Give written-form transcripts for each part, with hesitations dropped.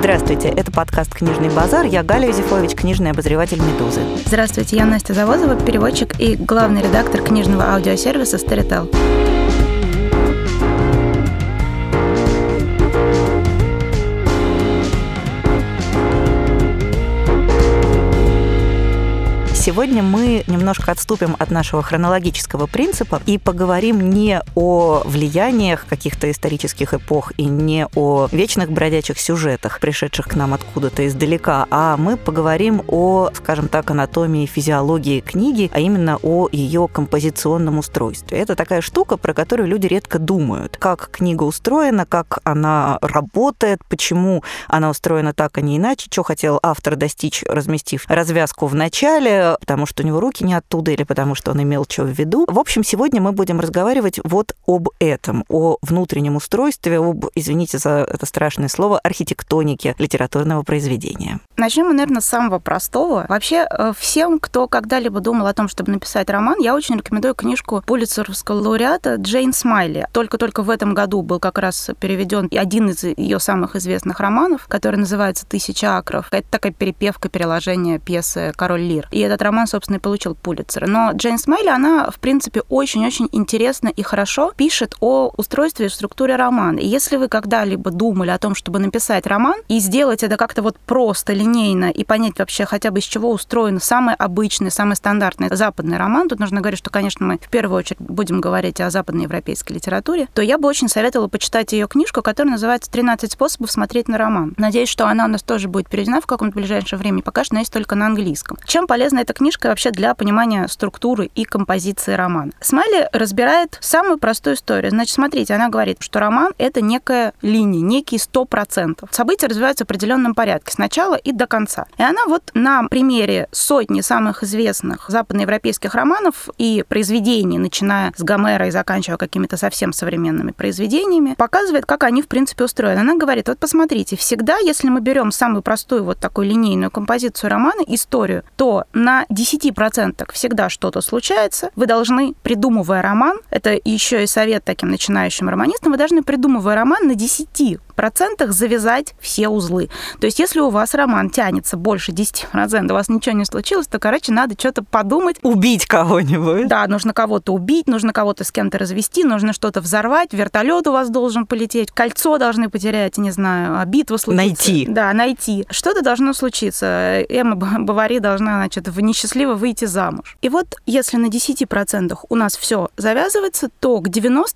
Здравствуйте, это подкаст «Книжный базар». Я Галя Юзефович, книжный обозреватель «Медузы». Здравствуйте, я Настя Завозова, переводчик и главный редактор книжного аудиосервиса Storytel. Сегодня мы немножко отступим от нашего хронологического принципа и поговорим не о влияниях каких-то исторических эпох и не о вечных бродячих сюжетах, пришедших к нам откуда-то издалека, а мы поговорим о, скажем так, анатомии, физиологии книги, а именно о ее композиционном устройстве. Это такая штука, про которую люди редко думают. Как книга устроена, как она работает, почему она устроена так, а не иначе, что хотел автор достичь, разместив развязку в начале, потому что у него руки не оттуда или потому что он имел что в виду. В общем, сегодня мы будем разговаривать вот об этом, о внутреннем устройстве, об, извините за это страшное слово, архитектонике литературного произведения. Начнем мы, наверное, с самого простого. Вообще, всем, кто когда-либо думал о том, чтобы написать роман, я очень рекомендую книжку пулитцеровского лауреата Джейн Смайли. Только в этом году был как раз переведен один из ее самых известных романов, который называется «Тысяча акров». Это такая перепевка, переложение пьесы «Король Лир». И этот роман, собственно, и получил Пулитцера. Но Джейн Смайли, она, в принципе, очень-очень интересно и хорошо пишет о устройстве и структуре романа. И если вы когда-либо думали о том, чтобы написать роман и сделать это как-то вот просто, линейно и понять вообще хотя бы из чего устроен самый обычный, самый стандартный западный роман, тут нужно говорить, что, конечно, мы в первую очередь будем говорить о западноевропейской литературе, то я бы очень советовала почитать ее книжку, которая называется «13 способов смотреть на роман». Надеюсь, что она у нас тоже будет переведена в каком-то ближайшее время. Пока что она есть только на английском. Чем полезна эта книжка вообще для понимания структуры и композиции романа? Смайли разбирает самую простую историю. Значит, смотрите, она говорит, что роман — это некая линия, некий 100%. События развиваются в определенном порядке, с начала и до конца. И она вот на примере сотни самых известных западноевропейских романов и произведений, начиная с Гомера и заканчивая какими-то совсем современными произведениями, показывает, как они, в принципе, устроены. Она говорит, вот посмотрите, всегда, если мы берем самую простую вот такую линейную композицию романа, историю, то на 10% всегда что-то случается. Вы должны, придумывая роман, это еще и совет таким начинающим романистам, вы должны, придумывая роман, на 10% завязать все узлы. То есть, если у вас роман тянется больше 10%, у вас ничего не случилось, то, короче, надо что-то подумать. Убить кого-нибудь. Да, нужно кого-то убить, нужно кого-то с кем-то развести, нужно что-то взорвать, вертолет у вас должен полететь, кольцо должны потерять, не знаю, битва случится. Найти. Да, найти. Что-то должно случиться. Эмма Бовари должна, значит, несчастливо выйти замуж. И вот, если на 10% у нас все завязывается, то к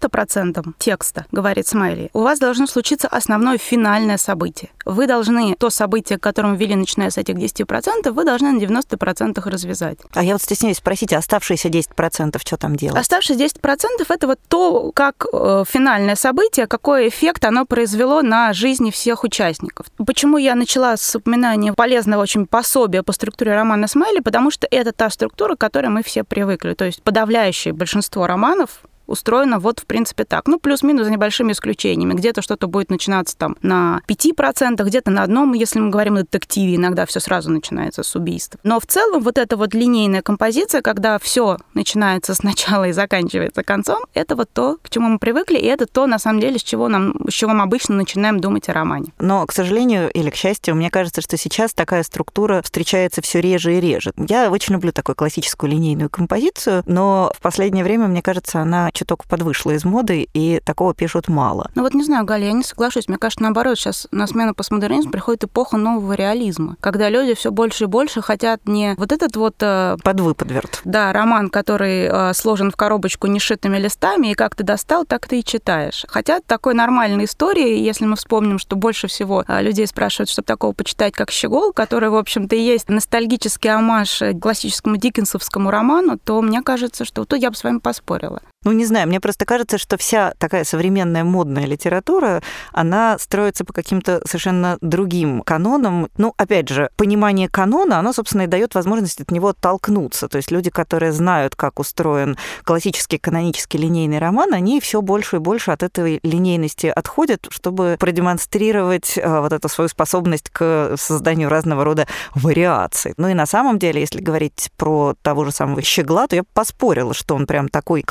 90% текста, говорит Смайли, у вас должно случиться основное финальное событие. Вы должны то событие, к которому ввели, начиная с этих 10%, вы должны на 90% развязать. А я вот стесняюсь спросить, а оставшиеся 10% что там делать? Оставшиеся 10% это вот то, как финальное событие, какой эффект оно произвело на жизни всех участников. Почему я начала с упоминания полезного очень пособия по структуре романа Смайли? Потому что это та структура, к которой мы все привыкли. То есть подавляющее большинство романов устроено вот, в принципе, так. Ну, плюс-минус за небольшими исключениями. Где-то что-то будет начинаться там на 5%, где-то на одном, если мы говорим о детективе, иногда все сразу начинается с убийства. Но в целом вот эта вот линейная композиция, когда все начинается сначала и заканчивается концом, это вот то, к чему мы привыкли, и это то, на самом деле, с чего мы обычно начинаем думать о романе. Но, к сожалению или к счастью, мне кажется, что сейчас такая структура встречается все реже и реже. Я очень люблю такую классическую линейную композицию, но в последнее время, мне кажется, она чуток подвышла из моды, и такого пишут мало. Ну вот не знаю, Галя, я не соглашусь. Мне кажется, наоборот, сейчас на смену постмодернизму приходит эпоха нового реализма, когда люди все больше и больше хотят не вот этот вот... Подвыподверт. Да, роман, который сложен в коробочку нешитыми листами, и как ты достал, так ты и читаешь. Хотят такой нормальной истории, если мы вспомним, что больше всего людей спрашивают, чтобы такого почитать, как «Щегол», который, в общем-то, и есть ностальгический оммаж классическому диккенсовскому роману, то мне кажется, что тут я бы с вами поспорила. Ну, не знаю, мне просто кажется, что вся такая современная модная литература, она строится по каким-то совершенно другим канонам. Ну, опять же, понимание канона, оно, собственно, и дает возможность от него оттолкнуться. То есть люди, которые знают, как устроен классический канонический линейный роман, они все больше и больше от этой линейности отходят, чтобы продемонстрировать вот эту свою способность к созданию разного рода вариаций. Ну и на самом деле, если говорить про того же самого Щегла, то я бы поспорила, что он прям такой классический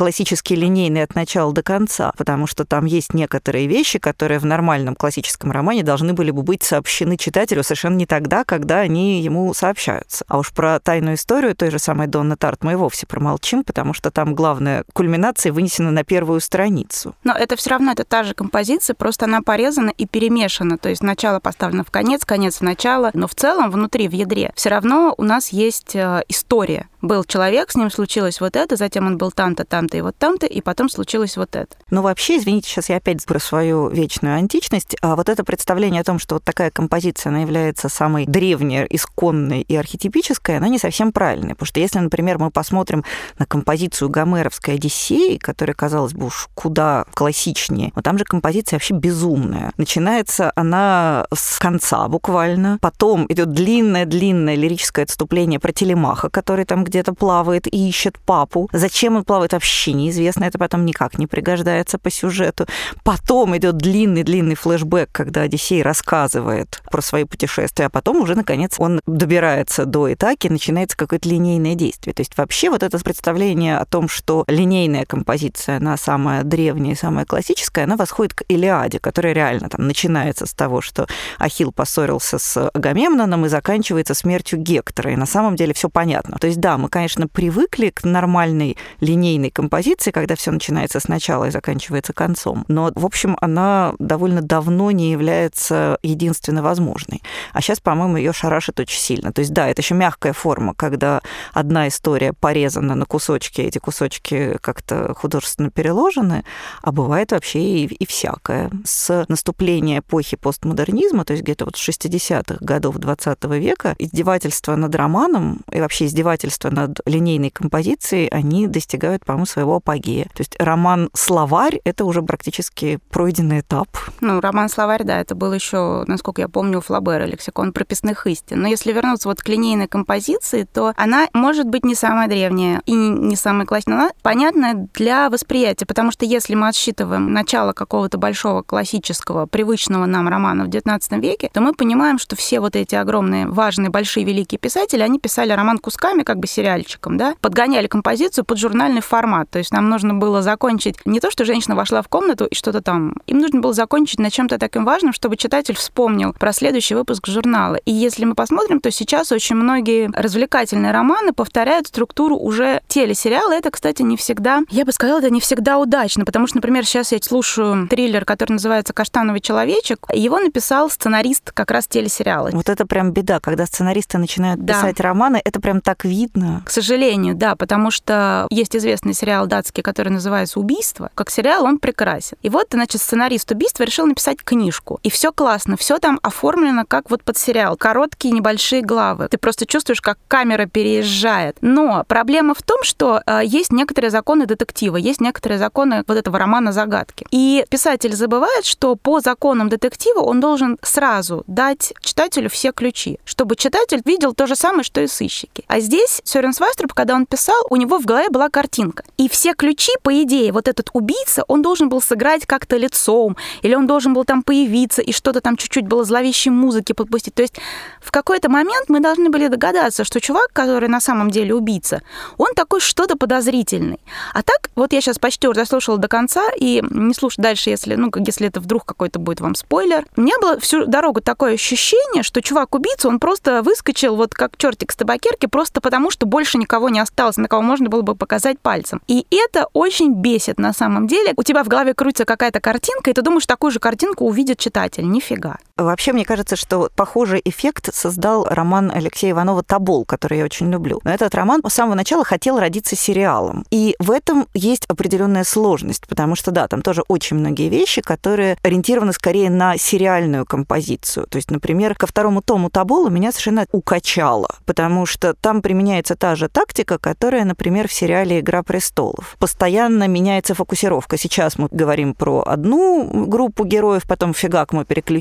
чертовски линейный от начала до конца, потому что там есть некоторые вещи, которые в нормальном классическом романе должны были бы быть сообщены читателю совершенно не тогда, когда они ему сообщаются. А уж про тайную историю той же самой Донны Тарт мы и вовсе промолчим, потому что там главная кульминация вынесена на первую страницу. Но это все равно та же композиция, просто она порезана и перемешана. То есть начало поставлено в конец, конец в начало. Но в целом внутри, в ядре, все равно у нас есть история. Был человек, с ним случилось вот это, затем он был там-то, там-то и вот там-то, и потом случилось вот это. Но вообще, извините, сейчас я опять про свою вечную античность, а вот это представление о том, что вот такая композиция, она является самой древней, исконной и архетипической, она не совсем правильная. Потому что если, например, мы посмотрим на композицию гомеровской «Одиссеи», которая, казалось бы, уж куда классичнее, но там же композиция вообще безумная. Начинается она с конца буквально, потом идет длинное-длинное лирическое отступление про Телемаха, который там где-то плавает и ищет папу. Зачем он плавает, вообще неизвестно, это потом никак не пригождается по сюжету. Потом идет длинный-длинный флешбэк, когда Одиссей рассказывает про свои путешествия, а потом уже, наконец, он добирается до Итаки, начинается какое-то линейное действие. То есть вообще вот это представление о том, что линейная композиция, она самая древняя и самая классическая, она восходит к Илиаде, которая реально там начинается с того, что Ахилл поссорился с Агамемноном и заканчивается смертью Гектора. И на самом деле все понятно. То есть да, мы, конечно, привыкли к нормальной линейной композиции, когда все начинается сначала и заканчивается концом. Но, в общем, она довольно давно не является единственно возможной. А сейчас, по-моему, ее шарашит очень сильно. То есть да, это еще мягкая форма, когда одна история порезана на кусочки, эти кусочки как-то художественно переложены, а бывает вообще и всякое. С наступления эпохи постмодернизма, то есть где-то вот с 60-х годов 20 века, издевательства над романом и вообще издевательства над линейной композицией, они достигают, по-моему, своего апогея. То есть роман-словарь — это уже практически пройденный этап. Ну, роман-словарь, да, это был еще, насколько я помню, у Флабера лексикон прописных истин. Но если вернуться вот к линейной композиции, то она может быть не самая древняя и не самая классная, но она понятная для восприятия, потому что если мы отсчитываем начало какого-то большого классического, привычного нам романа в XIX веке, то мы понимаем, что все вот эти огромные, важные, большие, великие писатели, они писали роман кусками, как бы сериальчиком, да, подгоняли композицию под журнальный формат. То есть нам нужно было закончить не то, что женщина вошла в комнату и что-то там. Им нужно было закончить на чем-то таким важным, чтобы читатель вспомнил про следующий выпуск журнала. И если мы посмотрим, то сейчас очень многие развлекательные романы повторяют структуру уже телесериала. Это, кстати, не всегда, я бы сказала, это не всегда удачно, потому что, например, сейчас я слушаю триллер, который называется «Каштановый человечек». Его написал сценарист как раз телесериала. Вот это прям беда, когда сценаристы начинают писать романы, это прям так видно. К сожалению, да, потому что есть известный сериал датский, который называется «Убийство». Как сериал он прекрасен. И вот, значит, сценарист «Убийства» решил написать книжку. И все классно, все там оформлено как вот под сериал. Короткие небольшие главы. Ты просто чувствуешь, как камера переезжает. Но проблема в том, что есть некоторые законы детектива, есть некоторые законы вот этого романа «Загадки». И писатель забывает, что по законам детектива он должен сразу дать читателю все ключи, чтобы читатель видел то же самое, что и сыщики. А здесь Сёрен Свайстрюп, когда он писал, у него в голове была картинка. И все ключи, по идее, вот этот убийца, он должен был сыграть как-то лицом, или он должен был там появиться, и что-то там чуть-чуть было зловещей музыки подпустить. То есть в какой-то момент мы должны были догадаться, что чувак, который на самом деле убийца, он такой что-то подозрительный. А так, вот я сейчас почти уже дослушала до конца, и не слушаю дальше, если это вдруг какой-то будет вам спойлер. У меня было всю дорогу такое ощущение, что чувак-убийца, он просто выскочил вот как чертик с табакерки, просто потому, что больше никого не осталось, на кого можно было бы показать пальцем. И это очень бесит на самом деле. У тебя в голове крутится какая-то картинка, и ты думаешь, такую же картинку увидит читатель. Нифига. Вообще, мне кажется, что похожий эффект создал роман Алексея Иванова «Тобол», который я очень люблю. Но этот роман с самого начала хотел родиться сериалом. И в этом есть определенная сложность, потому что, да, там тоже очень многие вещи, которые ориентированы скорее на сериальную композицию. То есть, например, ко второму тому «Тобола» меня совершенно укачало, потому что там применяется та же тактика, которая, например, в сериале «Игра престолов». Постоянно меняется фокусировка. Сейчас мы говорим про одну группу героев, потом фигак мы переключились и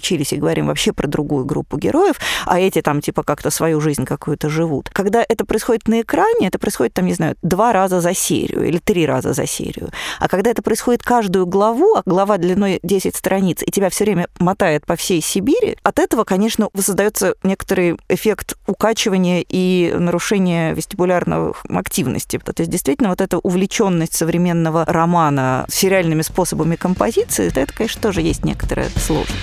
говорим вообще про другую группу героев, а эти там типа как-то свою жизнь какую-то живут. Когда это происходит на экране, это происходит там, не знаю, 2 раза за серию или 3 раза за серию. А когда это происходит каждую главу, а глава длиной 10 страниц, и тебя все время мотает по всей Сибири, от этого, конечно, создается некоторый эффект укачивания и нарушения вестибулярной активности. То есть действительно вот эта увлеченность современного романа сериальными способами композиции, это, конечно, тоже есть некоторая сложность.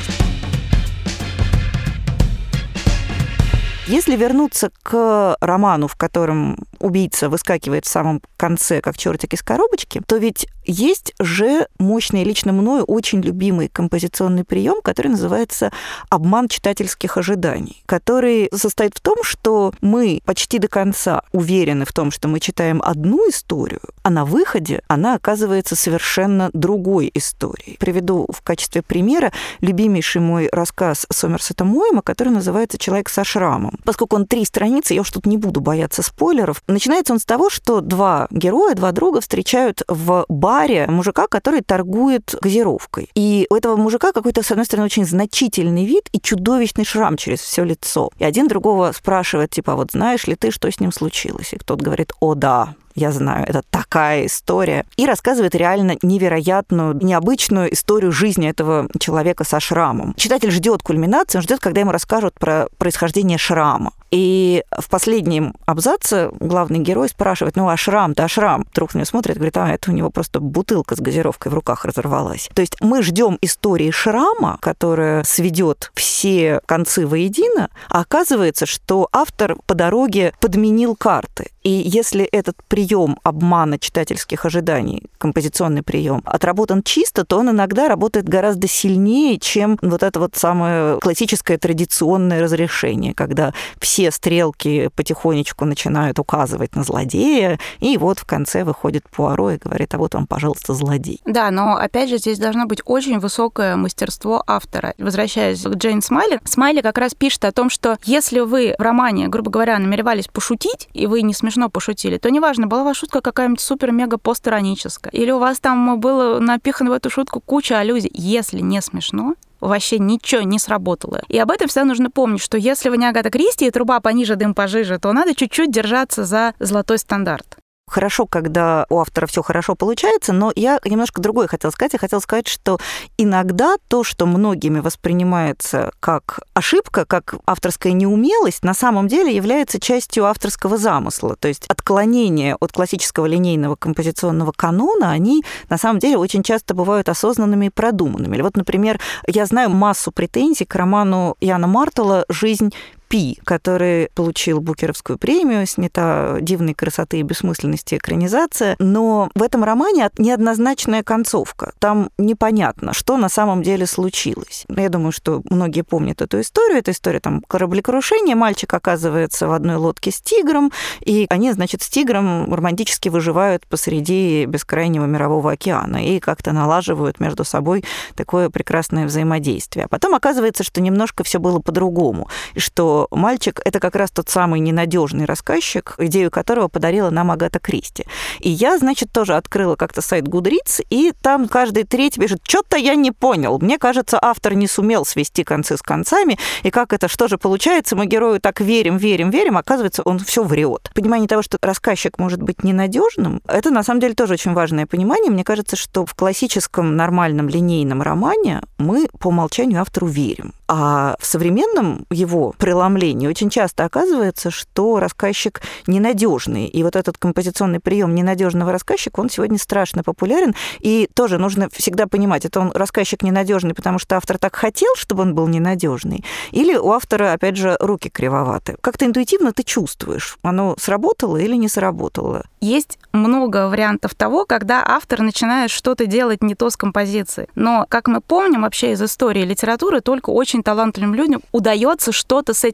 Если вернуться к роману, в котором убийца выскакивает в самом конце, как чертик из коробочки, то ведь есть же мощный, лично мною очень любимый композиционный прием, который называется «обман читательских ожиданий», который состоит в том, что мы почти до конца уверены в том, что мы читаем одну историю, а на выходе она оказывается совершенно другой историей. Приведу в качестве примера любимейший мой рассказ Сомерсета Моэма, который называется «Человек со шрамом». Поскольку он 3 страницы, я уж тут не буду бояться спойлеров. Начинается он с того, что 2 героя, 2 друга встречают в баре мужика, который торгует газировкой. И у этого мужика какой-то, с одной стороны, очень значительный вид и чудовищный шрам через все лицо. И один другого спрашивает, типа, вот знаешь ли ты, что с ним случилось? И тот говорит: о, да, я знаю, это такая история. И рассказывает реально невероятную, необычную историю жизни этого человека со шрамом. Читатель ждет кульминации, он ждет, когда ему расскажут про происхождение шрама. И в последнем абзаце главный герой спрашивает: ну а шрам-то, а шрам? Друг на него смотрит и говорит: а, это у него просто бутылка с газировкой в руках разорвалась. То есть мы ждем истории шрама, которая сведет все концы воедино, а оказывается, что автор по дороге подменил карты. И если этот прием обмана читательских ожиданий, композиционный прием, отработан чисто, то он иногда работает гораздо сильнее, чем вот это вот самое классическое традиционное разрешение, когда все стрелки потихонечку начинают указывать на злодея, и вот в конце выходит Пуаро и говорит: а вот вам, пожалуйста, злодей. Да, но опять же здесь должно быть очень высокое мастерство автора. Возвращаясь к Джейн Смайли, Смайли как раз пишет о том, что если вы в романе, грубо говоря, намеревались пошутить, и вы не смешно пошутили, то неважно, была ваша шутка какая-нибудь супер-мега-постироническая, или у вас там было напихано в эту шутку куча аллюзий. Если не смешно, вообще ничего не сработало. И об этом всегда нужно помнить, что если вы не Агата Кристи и труба пониже, дым пожиже, то надо чуть-чуть держаться за золотой стандарт. Хорошо, когда у автора все хорошо получается, но я немножко другое хотела сказать. Я хотела сказать, что иногда то, что многими воспринимается как ошибка, как авторская неумелость, на самом деле является частью авторского замысла. То есть отклонения от классического линейного композиционного канона, они на самом деле очень часто бывают осознанными и продуманными. Вот, например, я знаю массу претензий к роману Яна Мартелла «Жизнь Пи», который получил Букеровскую премию, снята дивной красоты и бессмысленности экранизация, но в этом романе неоднозначная концовка. Там непонятно, что на самом деле случилось. Я думаю, что многие помнят эту историю. Это история там кораблекрушения. Мальчик оказывается в одной лодке с тигром, и они, значит, с тигром романтически выживают посреди бескрайнего мирового океана и как-то налаживают между собой такое прекрасное взаимодействие. А потом оказывается, что немножко все было по-другому, и что мальчик — это как раз тот самый ненадежный рассказчик, идею которого подарила нам Агата Кристи. И я, значит, тоже открыла как-то сайт Goodreads, и там каждый третий пишет: что-то я не понял. Мне кажется, автор не сумел свести концы с концами, и как это, что же получается, мы герою так верим, оказывается, он все врет. Понимание того, что рассказчик может быть ненадежным, это на самом деле тоже очень важное понимание. Мне кажется, что в классическом нормальном линейном романе мы по умолчанию автору верим. А в современном его преломлении очень часто оказывается, что рассказчик ненадежный. И вот этот композиционный прием ненадежного рассказчика, он сегодня страшно популярен. И тоже нужно всегда понимать, это он рассказчик ненадежный, потому что автор так хотел, чтобы он был ненадежный, или у автора, опять же, руки кривоваты. Как-то интуитивно ты чувствуешь, оно сработало или не сработало. Есть много вариантов того, когда автор начинает что-то делать не то с композицией. Но, как мы помним вообще из истории литературы, только очень талантливым людям удается что-то с этим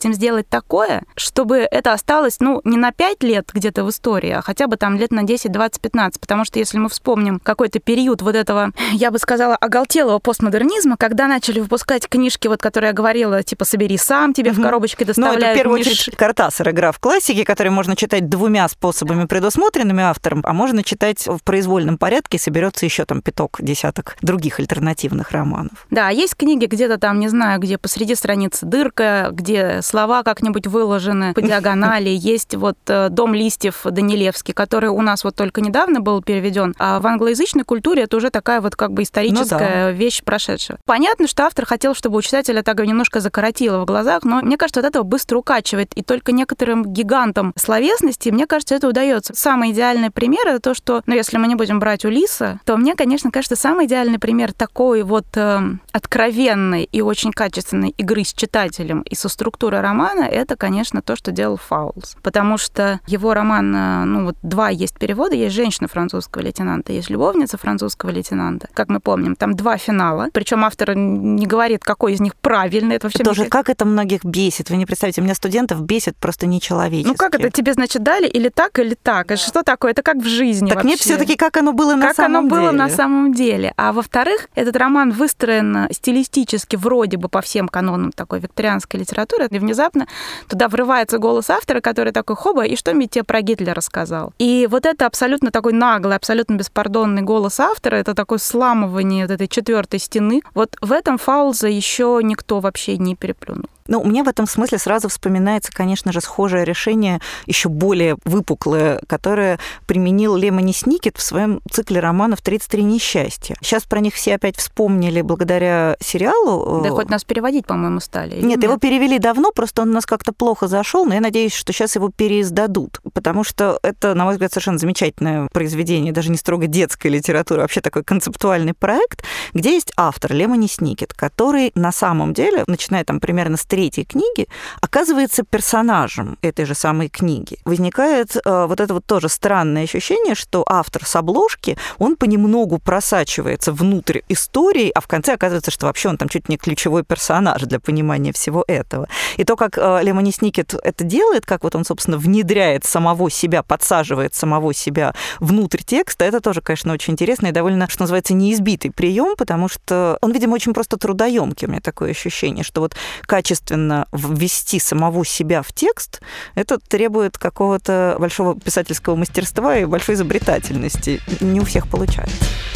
хотим сделать такое, чтобы это осталось, не на 5 лет где-то в истории, а хотя бы там лет на 10, 20, 15. Потому что если мы вспомним какой-то период вот этого, я бы сказала, оголтелого постмодернизма, когда начали выпускать книжки, вот, которые я говорила, типа «собери сам», тебе в коробочке доставляют. Это в первую очередь Кортасар, игра в классике, которую можно читать двумя способами, предусмотренными автором, а можно читать в произвольном порядке, соберется еще там десяток других альтернативных романов. Да, есть книги где-то там, не знаю, где посреди страницы дырка, где слова как-нибудь выложены по диагонали. Есть вот «Дом листьев» Данилевский, который у нас вот только недавно был переведен, а в англоязычной культуре это уже такая вот как бы историческая вещь прошедшего. Понятно, что автор хотел, чтобы у читателя так немножко закоротило в глазах, но мне кажется, от этого быстро укачивает. И только некоторым гигантам словесности, мне кажется, это удается. Самый идеальный пример — это то, что, если мы не будем брать Улисса, то мне, конечно, кажется, самый идеальный пример такой вот откровенной и очень качественной игры с читателем и со структурой романа — это, конечно, то, что делал Фаулс. Потому что его роман, два есть перевода. Есть «Женщина французского лейтенанта», есть «Любовница французского лейтенанта». Как мы помним, там 2 финала. Причем автор не говорит, какой из них правильный. Это вообще тоже как это многих бесит. Вы не представляете, меня студентов бесит просто нечеловечески. Как это тебе, значит, дали или так, или так? И что такое? Это как в жизни так вообще. Нет, все-таки как оно было на самом деле. Как оно было на самом деле. А во-вторых, этот роман выстроен стилистически вроде бы по всем канонам такой викторианской литературы, и внезапно туда врывается голос автора, который такой: хоба, и что мне тебе про Гитлера сказал? И вот это абсолютно такой наглый, абсолютно беспардонный голос автора, это такое сламывание вот этой 4-й стены. Вот в этом Фаулза еще никто вообще не переплюнул. Мне в этом смысле сразу вспоминается, конечно же, схожее решение, еще более выпуклое, которое применил Лемони Сникет в своем цикле романов «33 несчастья». Сейчас про них все опять вспомнили благодаря сериалу. Да хоть нас переводить, по-моему, стали. Нет, его перевели давно, просто он у нас как-то плохо зашел, но я надеюсь, что сейчас его переиздадут, потому что это, на мой взгляд, совершенно замечательное произведение, даже не строго детская литература, вообще такой концептуальный проект, где есть автор Лемони Сникет, который на самом деле, начиная там примерно с 3-й книги, оказывается персонажем этой же самой книги. Возникает вот это вот тоже странное ощущение, что автор с обложки, он понемногу просачивается внутрь истории, а в конце оказывается, что вообще он там чуть не ключевой персонаж для понимания всего этого. И то, как Лемони Сникет это делает, как вот он, собственно, внедряет самого себя, подсаживает самого себя внутрь текста, это тоже, конечно, очень интересно и довольно, что называется, неизбитый прием, потому что он, видимо, очень просто трудоемкий. У меня такое ощущение, что вот качественно ввести самого себя в текст, это требует какого-то большого писательского мастерства и большой изобретательности. Не у всех получается.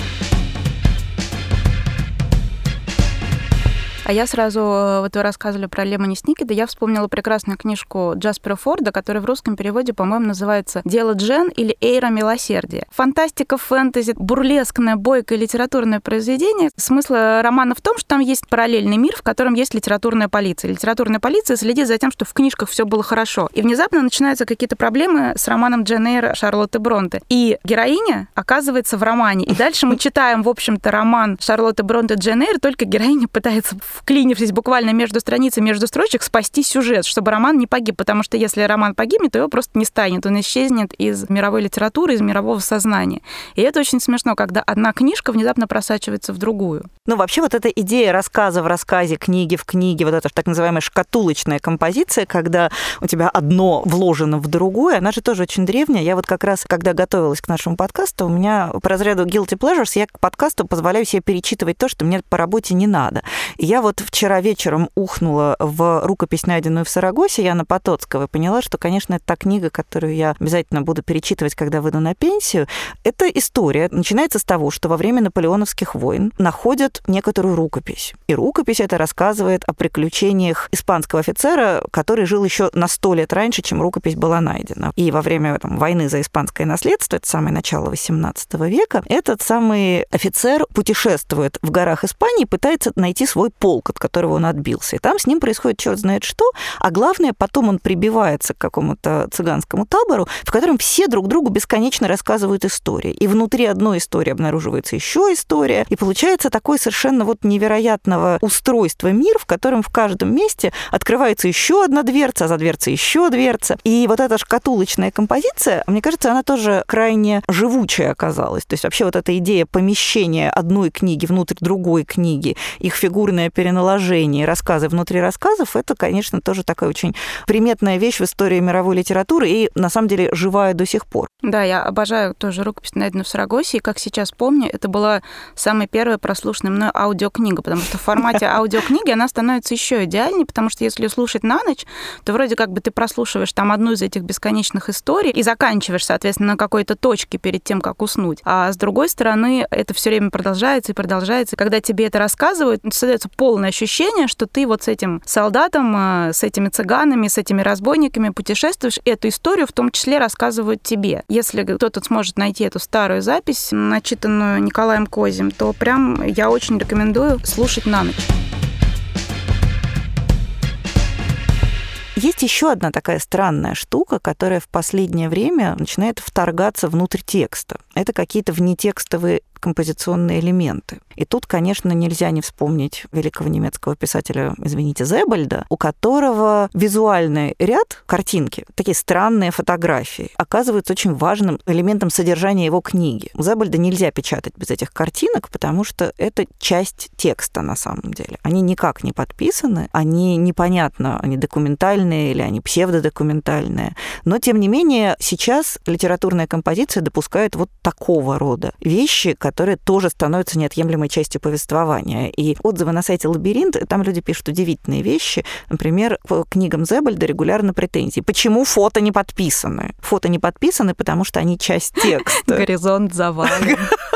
А я сразу, вот вы рассказывали про Лемони Сникета, я вспомнила прекрасную книжку Джаспера Форда, которая в русском переводе, по-моему, называется «Дело Джен» или «Эйра милосердия». Фантастика, фэнтези, бурлескное, бойкое литературное произведение. Смысл романа в том, что там есть параллельный мир, в котором есть литературная полиция. Литературная полиция следит за тем, что в книжках все было хорошо. И внезапно начинаются какие-то проблемы с романом Джейн Эйр Шарлотты Бронте. И героиня оказывается в романе. И дальше мы читаем, в общем-то, роман Шарлотты Бронте Джейн Эйр, только героиня пытается, вклинившись буквально между страницами, между строчек, спасти сюжет, чтобы роман не погиб, потому что если роман погибнет, то его просто не станет, он исчезнет из мировой литературы, из мирового сознания. И это очень смешно, когда одна книжка внезапно просачивается в другую. Вообще вот эта идея рассказа в рассказе, книги в книге, вот эта так называемая шкатулочная композиция, когда у тебя одно вложено в другое, она же тоже очень древняя. Я вот как раз, когда готовилась к нашему подкасту, у меня по разряду guilty pleasures, я к подкасту позволяю себе перечитывать то, что мне по работе не надо. И я вот вчера вечером ухнула в рукопись, найденную в Сарагосе, Яна Потоцкого, и поняла, что, конечно, это та книга, которую я обязательно буду перечитывать, когда выйду на пенсию. Это история начинается с того, что во время наполеоновских войн находят некоторую рукопись. И рукопись эта рассказывает о приключениях испанского офицера, который жил еще на 100 лет раньше, чем рукопись была найдена. И во время войны за испанское наследство, это самое начало XVIII века, этот самый офицер путешествует в горах Испании и пытается найти свой полк, от которого он отбился. И там с ним происходит черт знает что, а главное, потом он прибивается к какому-то цыганскому табору, в котором все друг другу бесконечно рассказывают истории. И внутри одной истории обнаруживается еще история, и получается такой совершенно невероятного устройства мир, в котором в каждом месте открывается еще одна дверца, а за дверцей еще дверца. И вот эта шкатулочная композиция, мне кажется, она тоже крайне живучая оказалась. То есть вообще вот эта идея помещения одной книги внутрь другой книги, их фигурная переналожения, рассказы внутри рассказов, это, конечно, тоже такая очень приметная вещь в истории мировой литературы и, на самом деле, живая до сих пор. Да, я обожаю тоже «Рукопись, найденную в Сарагосе», и, как сейчас помню, это была самая первая прослушанная мной аудиокнига, потому что в формате аудиокниги она становится еще идеальнее, потому что если слушать на ночь, то вроде как бы ты прослушиваешь там одну из этих бесконечных историй и заканчиваешь, соответственно, на какой-то точке перед тем, как уснуть. А с другой стороны, это все время продолжается и продолжается. Когда тебе это рассказывают, создается полное ощущение, что ты вот с этим солдатом, с этими цыганами, с этими разбойниками путешествуешь, и эту историю в том числе рассказывают тебе. Если кто-то сможет найти эту старую запись, начитанную Николаем Козем, то прям я очень рекомендую слушать на ночь. Есть еще одна такая странная штука, которая в последнее время начинает вторгаться внутрь текста. Это какие-то внетекстовые композиционные элементы. И тут, конечно, нельзя не вспомнить великого немецкого писателя, извините, Зебальда, у которого визуальный ряд, картинки, такие странные фотографии, оказываются очень важным элементом содержания его книги. Зебальда нельзя печатать без этих картинок, потому что это часть текста на самом деле. Они никак не подписаны, они непонятно, они документальные или они псевдодокументальные. Но, тем не менее, сейчас литературная композиция допускает вот такого рода вещи, которые тоже становятся неотъемлемой частью повествования. И отзывы на сайте «Лабиринт», там люди пишут удивительные вещи. Например, по книгам Зебальда регулярно претензии. Почему фото не подписаны? Фото не подписаны, потому что они часть текста. Горизонт завален.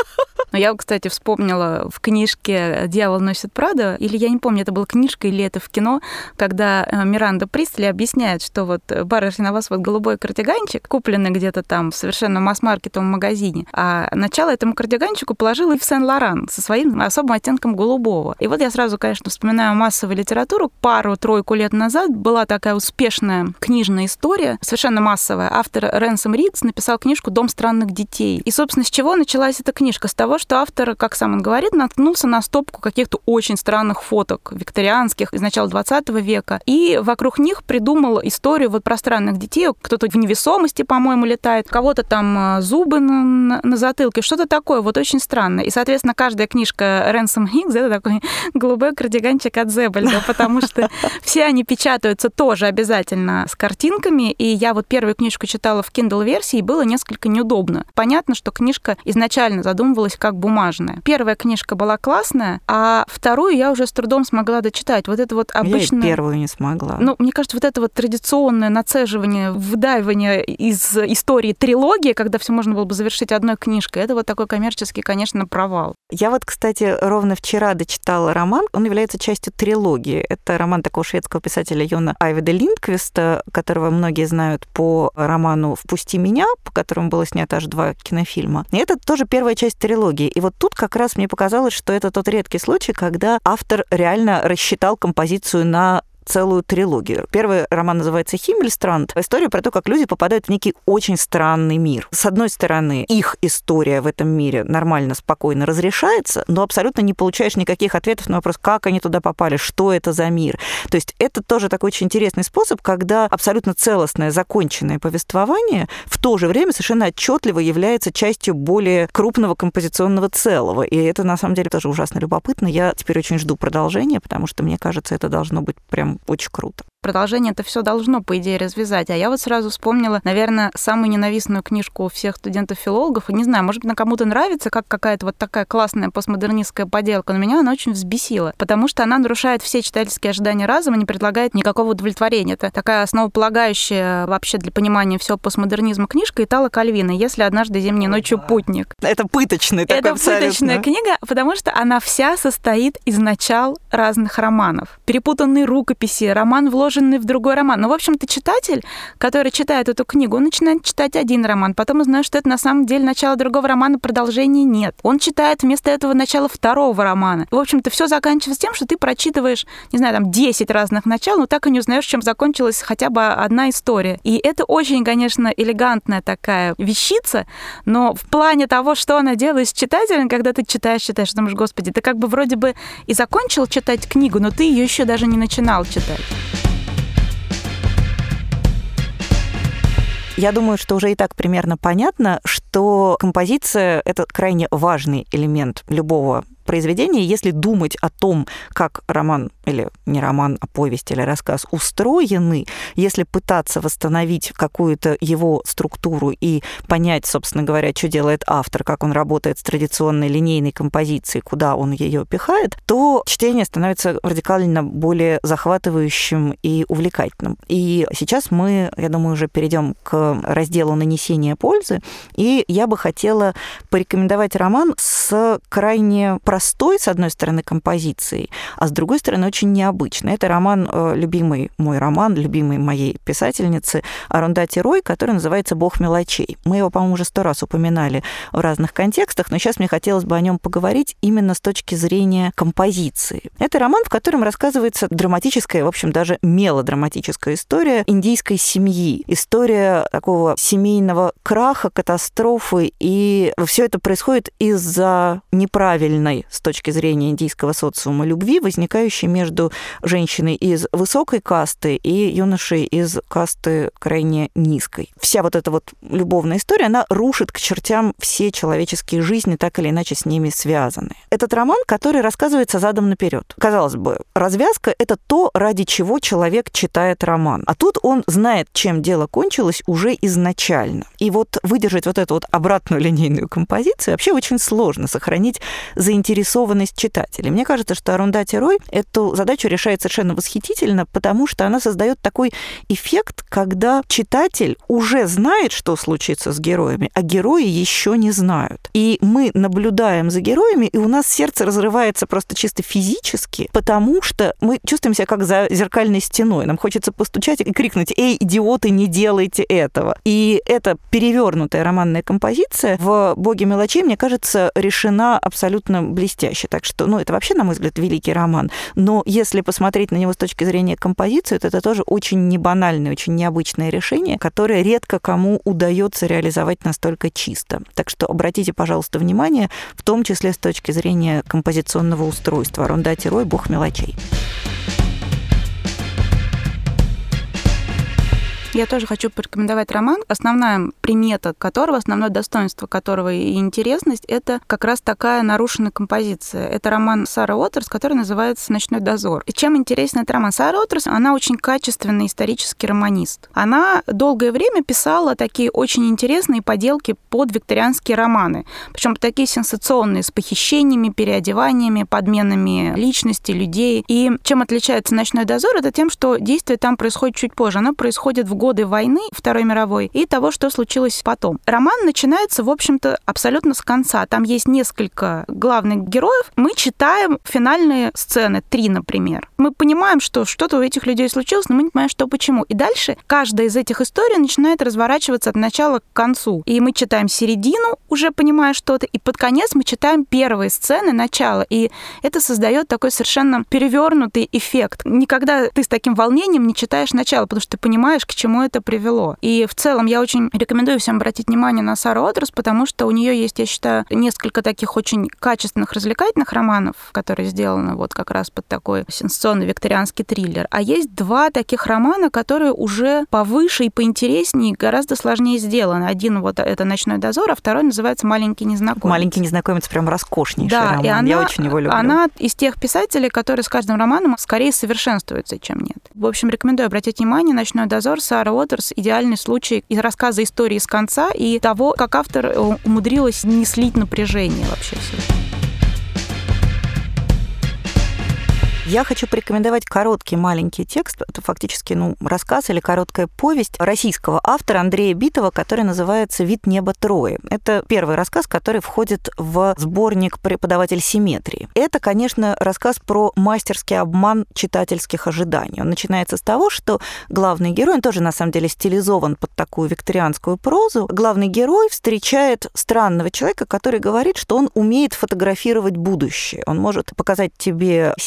Но я, кстати, вспомнила в книжке «Дьявол носит Прада», или я не помню, это была книжка или это в кино, когда Миранда Пристли объясняет, что вот барышня, на вас вот голубой кардиганчик, купленный где-то там в совершенно масс-маркетовом магазине, а начало этому кардиганчику положила и в Сен-Лоран со своим особым оттенком голубого. И вот я сразу, конечно, вспоминаю массовую литературу. Пару-тройку лет назад была такая успешная книжная история, совершенно массовая. Автор Рэнсом Ридс написал книжку «Дом странных детей». И, собственно, с чего началась эта книжка? С того, что автор, как сам он говорит, наткнулся на стопку каких-то очень странных фоток викторианских из начала 20 века, и вокруг них придумал историю вот про странных детей. Кто-то в невесомости, по-моему, летает, у кого-то там зубы на затылке, что-то такое вот очень странное. И, соответственно, каждая книжка Рэнсом Хиггс — это такой голубой кардиганчик от Зебальда, потому что все они печатаются тоже обязательно с картинками, и я вот первую книжку читала в Kindle-версии, и было несколько неудобно. Понятно, что книжка изначально задумывалась как бумажная. Первая книжка была классная, а вторую я уже с трудом смогла дочитать. Вот это вот обычно... Я и первую не смогла. Ну, мне кажется, вот это вот традиционное нацеживание, выдаивание из истории трилогии, когда все можно было бы завершить одной книжкой, это вот такой коммерческий, конечно, провал. Я вот, кстати, ровно вчера дочитала роман. Он является частью трилогии. Это роман такого шведского писателя Йона Айведа Линдквиста, которого многие знают по роману «Впусти меня», по которому было снято аж 2 кинофильма. И это тоже первая часть трилогии. И вот тут как раз мне показалось, что это тот редкий случай, когда автор реально рассчитал композицию на целую трилогию. Первый роман называется «Химмельстранд». История про то, как люди попадают в некий очень странный мир. С одной стороны, их история в этом мире нормально, спокойно разрешается, но абсолютно не получаешь никаких ответов на вопрос, как они туда попали, что это за мир. То есть это тоже такой очень интересный способ, когда абсолютно целостное, законченное повествование в то же время совершенно отчетливо является частью более крупного композиционного целого. И это, на самом деле, тоже ужасно любопытно. Я теперь очень жду продолжения, потому что, мне кажется, это должно быть прям очень круто. Продолжение это все должно, по идее, развязать. А я вот сразу вспомнила, наверное, самую ненавистную книжку у всех студентов-филологов. И не знаю, может быть, на кому-то нравится, как какая-то вот такая классная постмодернистская поделка, но меня она очень взбесила, потому что она нарушает все читательские ожидания разума, не предлагает никакого удовлетворения. Это такая основополагающая вообще для понимания всего постмодернизма книжка Итало Кальвино «Если однажды зимней ночью путник». Это пыточный такой абсолютно. Это пыточная книга, потому что она вся состоит из начал разных романов. Перепутанные рукописи, роман, вложенный в другой роман. Ну, в общем-то, читатель, который читает эту книгу, он начинает читать один роман, потом узнает, что это на самом деле начало другого романа, продолжения нет. Он читает вместо этого начало второго романа. В общем-то, все заканчивается тем, что ты прочитываешь, не знаю, там 10 разных начал, но так и не узнаешь, чем закончилась хотя бы одна история. И это очень, конечно, элегантная такая вещица, но в плане того, что она делает с читателем, когда ты читаешь, думаешь, господи, ты как бы вроде бы и закончил читать книгу, но ты ее еще даже не начинал читать. Я думаю, что уже и так примерно понятно, что композиция — это крайне важный элемент любого произведение, если думать о том, как роман или не роман, а повесть или рассказ устроены, если пытаться восстановить какую-то его структуру и понять, собственно говоря, что делает автор, как он работает с традиционной линейной композицией, куда он ее пихает, то чтение становится радикально более захватывающим и увлекательным. И сейчас мы, я думаю, уже перейдем к разделу нанесения пользы, и я бы хотела порекомендовать роман с крайне простой, с одной стороны, композицией, а с другой стороны, очень необычной. Это роман, любимый мой роман, любимый моей писательницы Арундхати Рой, который называется «Бог мелочей». Мы его, по-моему, уже 100 раз упоминали в разных контекстах, но сейчас мне хотелось бы о нем поговорить именно с точки зрения композиции. Это роман, в котором рассказывается драматическая, в общем, даже мелодраматическая история индийской семьи. История такого семейного краха, катастрофы, и все это происходит из-за неправильной с точки зрения индийского социума любви, возникающей между женщиной из высокой касты и юношей из касты крайне низкой. Вся вот эта вот любовная история, она рушит к чертям все человеческие жизни, так или иначе с ними связаны. Этот роман, который рассказывается задом наперед. Казалось бы, развязка — это то, ради чего человек читает роман. А тут он знает, чем дело кончилось уже изначально. И вот выдержать вот эту вот обратную линейную композицию вообще очень сложно, сохранить заинтересованность читателя. Мне кажется, что Арундхати Рой эту задачу решает совершенно восхитительно, потому что она создает такой эффект, когда читатель уже знает, что случится с героями, а герои еще не знают. И мы наблюдаем за героями, и у нас сердце разрывается просто чисто физически, потому что мы чувствуем себя как за зеркальной стеной. Нам хочется постучать и крикнуть: «Эй, идиоты, не делайте этого!» И эта перевернутая романная композиция в «Боге мелочей», мне кажется, решена абсолютно блестяще. Так что, это вообще, на мой взгляд, великий роман. Но если посмотреть на него с точки зрения композиции, то это тоже очень небанальное, очень необычное решение, которое редко кому удается реализовать настолько чисто. Так что обратите, пожалуйста, внимание, в том числе с точки зрения композиционного устройства. Арундхати Рой «Бог мелочей». Я тоже хочу порекомендовать роман, основная примета которого, основное достоинство которого и интересность — это как раз такая нарушенная композиция. Это роман Сары Уотерс, который называется «Ночной дозор». И чем интересен этот роман? Сара Уотерс, она очень качественный исторический романист. Она долгое время писала такие очень интересные поделки под викторианские романы. Причем такие сенсационные, с похищениями, переодеваниями, подменами личности, людей. И чем отличается «Ночной дозор»? Это тем, что действие там происходит чуть позже. Оно происходит в годы войны Второй мировой и того, что случилось потом. Роман начинается, в общем-то, абсолютно с конца. Там есть несколько главных героев. Мы читаем финальные сцены, 3, например. Мы понимаем, что что-то у этих людей случилось, но мы не понимаем, что почему. И дальше каждая из этих историй начинает разворачиваться от начала к концу. И мы читаем середину, уже понимая что-то, и под конец мы читаем первые сцены, начало. И это создает такой совершенно перевернутый эффект. Никогда ты с таким волнением не читаешь начало, потому что ты понимаешь, к чему это привело. И в целом я очень рекомендую всем обратить внимание на Сару Уотерс, потому что у нее есть, я считаю, несколько таких очень качественных, развлекательных романов, которые сделаны вот как раз под такой сенсационный викторианский триллер. А есть 2 таких романа, которые уже повыше и поинтереснее, гораздо сложнее сделаны. Один вот это «Ночной дозор», а второй называется «Маленький незнакомец». «Маленький незнакомец» прям роскошнейший роман. Я очень его люблю. Она из тех писателей, которые с каждым романом скорее совершенствуются, чем нет. В общем, рекомендую обратить внимание. «Ночной дозор», Сара Уотерс — идеальный случай из рассказа истории с конца и того, как автор умудрилась не слить напряжение вообще все. Я хочу порекомендовать короткий маленький текст. Это фактически рассказ или короткая повесть российского автора Андрея Битова, который называется «Вид неба Трои». Это первый рассказ, который входит в сборник «Преподаватель симметрии». Это, конечно, рассказ про мастерский обман читательских ожиданий. Он начинается с того, что главный герой, он тоже на самом деле стилизован под такую викторианскую прозу, главный герой встречает странного человека, который говорит, что он умеет фотографировать будущее. Он может показать тебе снимок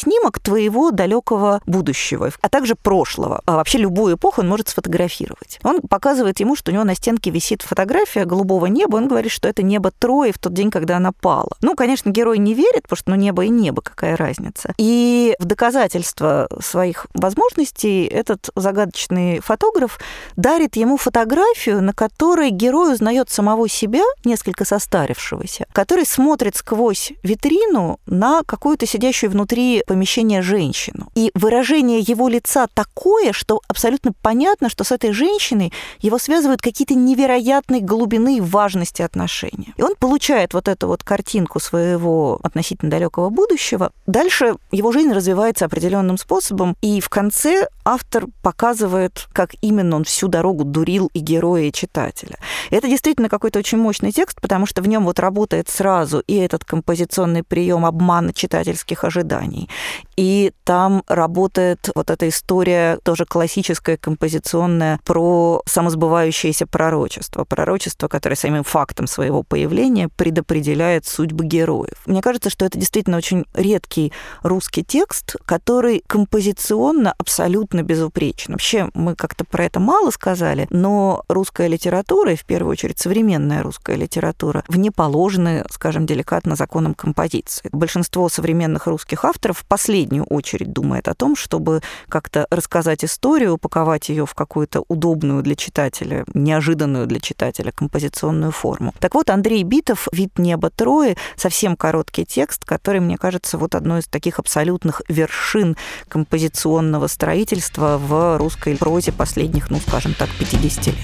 твоего далекого будущего, а также прошлого. А вообще любую эпоху он может сфотографировать. Он показывает ему, что у него на стенке висит фотография голубого неба, он говорит, что это небо Трои в тот день, когда она пала. Ну, конечно, герой не верит, потому что небо и небо, какая разница. И в доказательство своих возможностей этот загадочный фотограф дарит ему фотографию, на которой герой узнает самого себя, несколько состарившегося, который смотрит сквозь витрину на какую-то сидящую внутри помещения женщину. И выражение его лица такое, что абсолютно понятно, что с этой женщиной его связывают какие-то невероятной глубины и важности отношения. И он получает вот эту вот картинку своего относительно далекого будущего. Дальше его жизнь развивается определенным способом, и в конце автор показывает, как именно он всю дорогу дурил и героя, и читателя. И это действительно какой-то очень мощный текст, потому что в нем вот работает сразу и этот композиционный прием обмана читательских ожиданий, и там работает вот эта история тоже классическая, композиционная, про самосбывающееся пророчество, которое самим фактом своего появления предопределяет судьбы героев. Мне кажется, что это действительно очень редкий русский текст, который композиционно абсолютно безупречен. Вообще, мы как-то про это мало сказали, но русская литература, и в первую очередь современная русская литература, вне положены, скажем, деликатно законам композиции. Большинство современных русских авторов в последнюю очередь думает о том, чтобы как-то рассказать историю, упаковать ее в какую-то удобную для читателя, неожиданную для читателя композиционную форму. Так вот, Андрей Битов «Вид неба Трои» — совсем короткий текст, который, мне кажется, вот одной из таких абсолютных вершин композиционного строительства в русской прозе последних, ну, скажем так, 50 лет.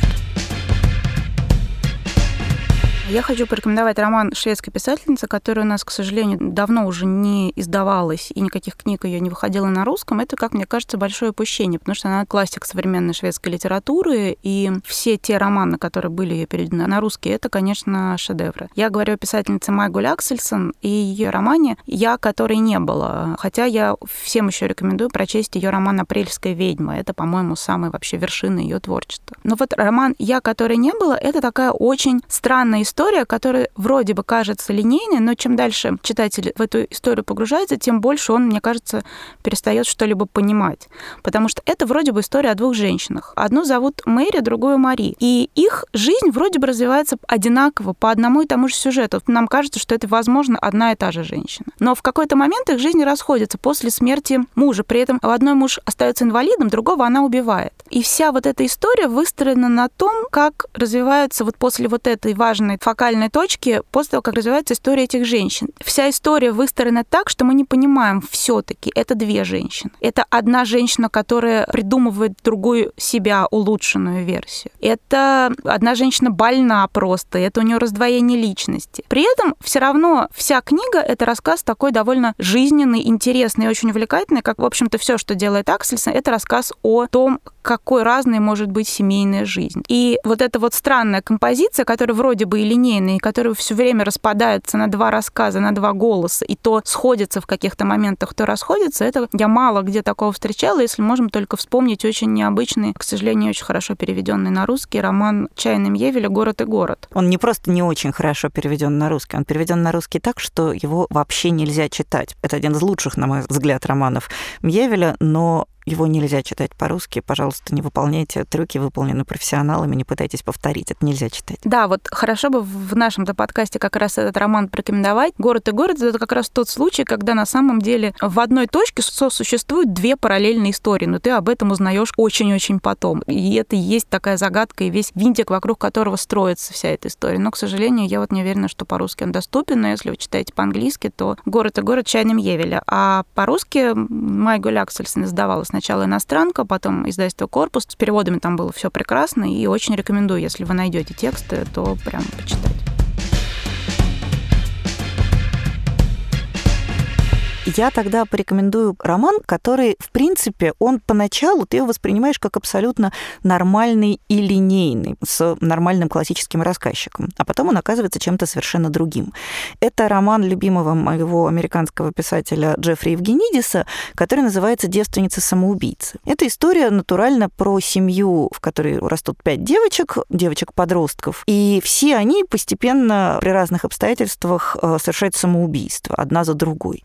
Я хочу порекомендовать роман шведской писательницы, которая у нас, к сожалению, давно уже не издавалась, и никаких книг ее не выходило на русском. Это, как мне кажется, большое упущение, потому что она классик современной шведской литературы, и все те романы, которые были ее переведены на русский, это, конечно, шедевры. Я говорю о писательнице Майгуль Аксельсон и ее романе «Я, которой не было». Хотя я всем еще рекомендую прочесть ее роман «Апрельская ведьма». Это, по-моему, самая вообще вершина ее творчества. Но вот роман «Я, которой не было» — это такая очень странная история, которая вроде бы кажется линейной, но чем дальше читатель в эту историю погружается, тем больше он, мне кажется, перестает что-либо понимать. Потому что это вроде бы история о двух женщинах. Одну зовут Мэри, другую Мари. И их жизнь вроде бы развивается одинаково, по одному и тому же сюжету. Нам кажется, что это, возможно, одна и та же женщина. Но в какой-то момент их жизни расходятся после смерти мужа. При этом одной муж остается инвалидом, другого она убивает. И вся вот эта история выстроена на том, как развивается вот после вот этой важной фокальной точки, после того, как развивается история этих женщин. Вся история выстроена так, что мы не понимаем все-таки, это две женщины. Это одна женщина, которая придумывает другую себя, улучшенную версию. Это одна женщина больна просто, это у нее раздвоение личности. При этом все равно вся книга — это рассказ такой довольно жизненный, интересный и очень увлекательный, как, в общем-то, все, что делает Аксельсон, это рассказ о том, какой разной может быть семейная жизнь. И вот эта вот странная композиция, которая вроде бы и линейная, и которая все время распадается на два рассказа, на два голоса, и то сходится в каких-то моментах, то расходится, это я мало где такого встречала, если можем только вспомнить очень необычный, к сожалению, очень хорошо переведенный на русский роман Чайны Мьевеля «Город и город». Он не просто не очень хорошо переведен на русский, он переведен на русский так, что его вообще нельзя читать. Это один из лучших, на мой взгляд, романов Мьевеля, но его нельзя читать по-русски. Пожалуйста, не выполняйте трюки, выполнены профессионалами, не пытайтесь повторить. Это нельзя читать. Да, вот хорошо бы в нашем-то подкасте как раз этот роман порекомендовать. «Город и город» — это как раз тот случай, когда на самом деле в одной точке сосуществуют две параллельные истории, но ты об этом узнаешь очень-очень потом. И это и есть такая загадка, и весь винтик, вокруг которого строится вся эта история. Но, к сожалению, я вот не уверена, что по-русски он доступен, но если вы читаете по-английски, то «Город и город» Чайны Мьевеля. А по-русски Майгуль Аксельсон издавалась сначала иностранка, потом издательство «Корпус». С переводами там было все прекрасно, и очень рекомендую, если вы найдете тексты, то прям почитать. Я тогда порекомендую роман, который, в принципе, он поначалу, ты его воспринимаешь как абсолютно нормальный и линейный, с нормальным классическим рассказчиком, а потом он оказывается чем-то совершенно другим. Это роман любимого моего американского писателя Джеффри Евгенидиса, который называется «Девственница-самоубийца». Это история натурально про семью, в которой растут 5 девочек-подростков, и все они постепенно при разных обстоятельствах совершают самоубийство одна за другой. Ты читаешь эту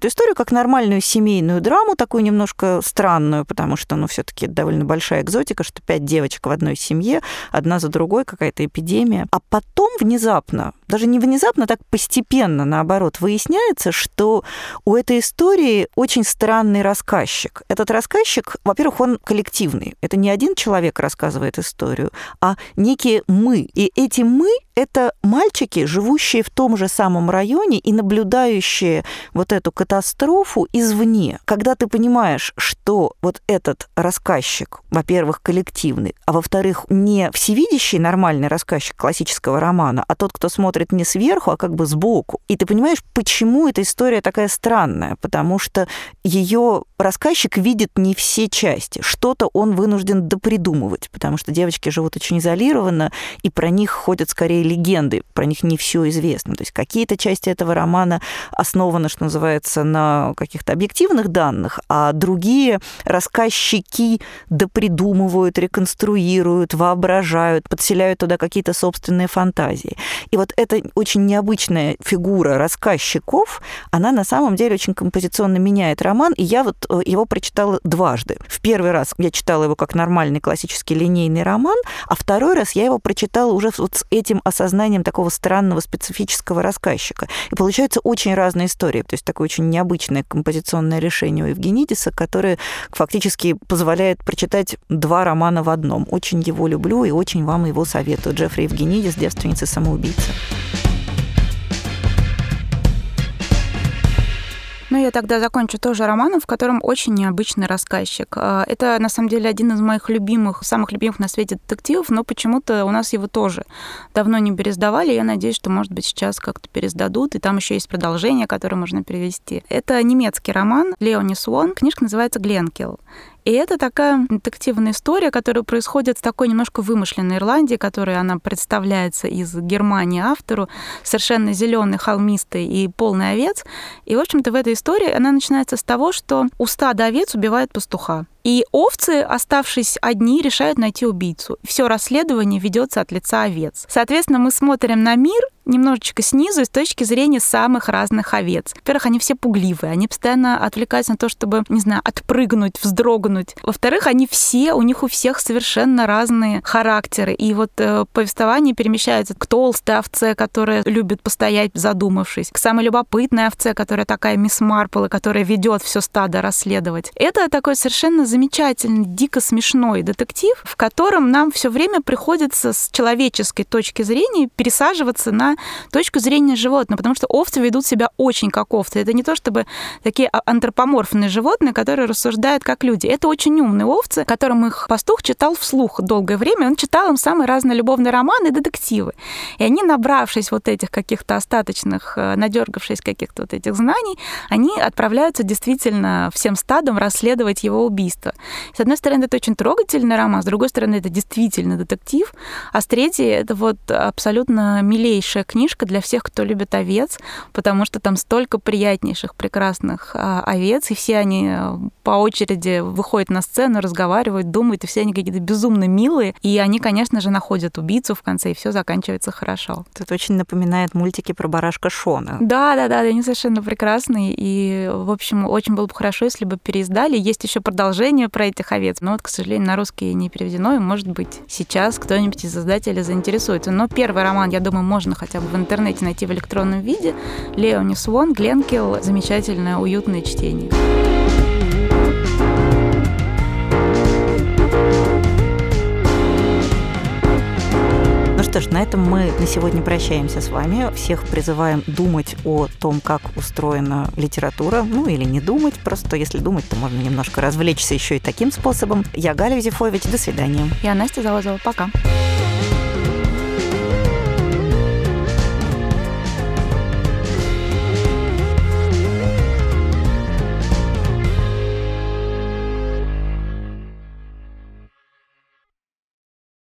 эту историю как нормальную семейную драму, такую немножко странную, потому что, все-таки довольно большая экзотика, что 5 девочек в одной семье, одна за другой, какая-то эпидемия. А потом внезапно, даже не внезапно, так постепенно, наоборот, выясняется, что у этой истории очень странный рассказчик. Этот рассказчик, во-первых, он коллективный. Это не один человек рассказывает историю, а некие «мы». И эти «мы» — это мальчики, живущие в том же самом районе и наблюдающие вот эту катастрофу извне. Когда ты понимаешь, что вот этот рассказчик, во-первых, коллективный, а во-вторых, не всевидящий нормальный рассказчик классического романа, а тот, кто смотрит не сверху, а как бы сбоку. И ты понимаешь, почему эта история такая странная, потому что ее рассказчик видит не все части. Что-то он вынужден допридумывать, потому что девочки живут очень изолированно, и про них ходят скорее легенды, про них не все известно. То есть какие-то части этого романа основаны, что называется, на каких-то объективных данных, а другие рассказчики допридумывают, реконструируют, воображают, подселяют туда какие-то собственные фантазии. И вот эта очень необычная фигура рассказчиков, она на самом деле очень композиционно меняет роман, и я вот его прочитала дважды. В первый раз я читала его как нормальный классический линейный роман, а второй раз я его прочитала уже вот с этим осознанием такого странного специфического рассказчика. И получаются очень разные истории. То есть такое очень необычное композиционное решение у Евгенидиса, которое фактически позволяет прочитать 2 романа в одном. Очень его люблю и очень вам его советую. Джеффри Евгенидис, «Девственница и самоубийца». Я тогда закончу тоже романом, в котором очень необычный рассказчик. Это, на самом деле, один из моих любимых, самых любимых на свете детективов, но почему-то у нас его тоже давно не переиздавали. Я надеюсь, что, может быть, сейчас как-то переиздадут, и там еще есть продолжение, которое можно перевести. Это немецкий роман Леони Свон. Книжка называется «Гленкелл». И это такая детективная история, которая происходит в такой немножко вымышленной Ирландии, которой она представляется из Германии автору, совершенно зеленый, холмистый и полный овец. И, в общем-то, в этой истории она начинается с того, что у стада овец убивает пастуха. И овцы, оставшись одни, решают найти убийцу. Все расследование ведется от лица овец. Соответственно, мы смотрим на мир немножечко снизу с точки зрения самых разных овец. Во-первых, они все пугливые, они постоянно отвлекаются на то, чтобы, не знаю, отпрыгнуть, вздрогнуть. Во-вторых, у них у всех совершенно разные характеры. И вот повествование перемещается к толстой овце, которая любит постоять, задумавшись, к самой любопытной овце, которая такая мисс Марпл, которая ведет все стадо расследовать. Это такой совершенно замечательный, дико смешной детектив, в котором нам все время приходится с человеческой точки зрения пересаживаться на точку зрения животного, потому что овцы ведут себя очень как овцы. Это не то чтобы такие антропоморфные животные, которые рассуждают как люди. Это очень умные овцы, которым их пастух читал вслух долгое время. Он читал им самые разные любовные романы и детективы. И они, набравшись вот этих каких-то остаточных, надергавшись каких-то вот этих знаний, они отправляются действительно всем стадом расследовать его убийство. С одной стороны, это очень трогательный роман, с другой стороны, это действительно детектив, а с третьей, это вот абсолютно милейшая книжка для всех, кто любит овец, потому что там столько приятнейших, прекрасных овец, и все они по очереди выходят на сцену, разговаривают, думают, и все они какие-то безумно милые, и они, конечно же, находят убийцу в конце, и все заканчивается хорошо. Это очень напоминает мультики про барашка Шона. Да, они совершенно прекрасные, и, в общем, очень было бы хорошо, если бы переиздали. Есть еще продолжение про этих овец, но вот, к сожалению, на русский не переведено, и, может быть, сейчас кто-нибудь из издателей заинтересуется. Но первый роман, я думаю, можно хотя бы в интернете найти в электронном виде. Леони Свон, «Гленкелл», замечательное, уютное чтение. Ну что ж, на этом мы на сегодня прощаемся с вами. Всех призываем думать о том, как устроена литература. Ну или не думать, просто если думать, то можно немножко развлечься еще и таким способом. Я Галя Юзефович, до свидания. Я Настя Залозова, пока.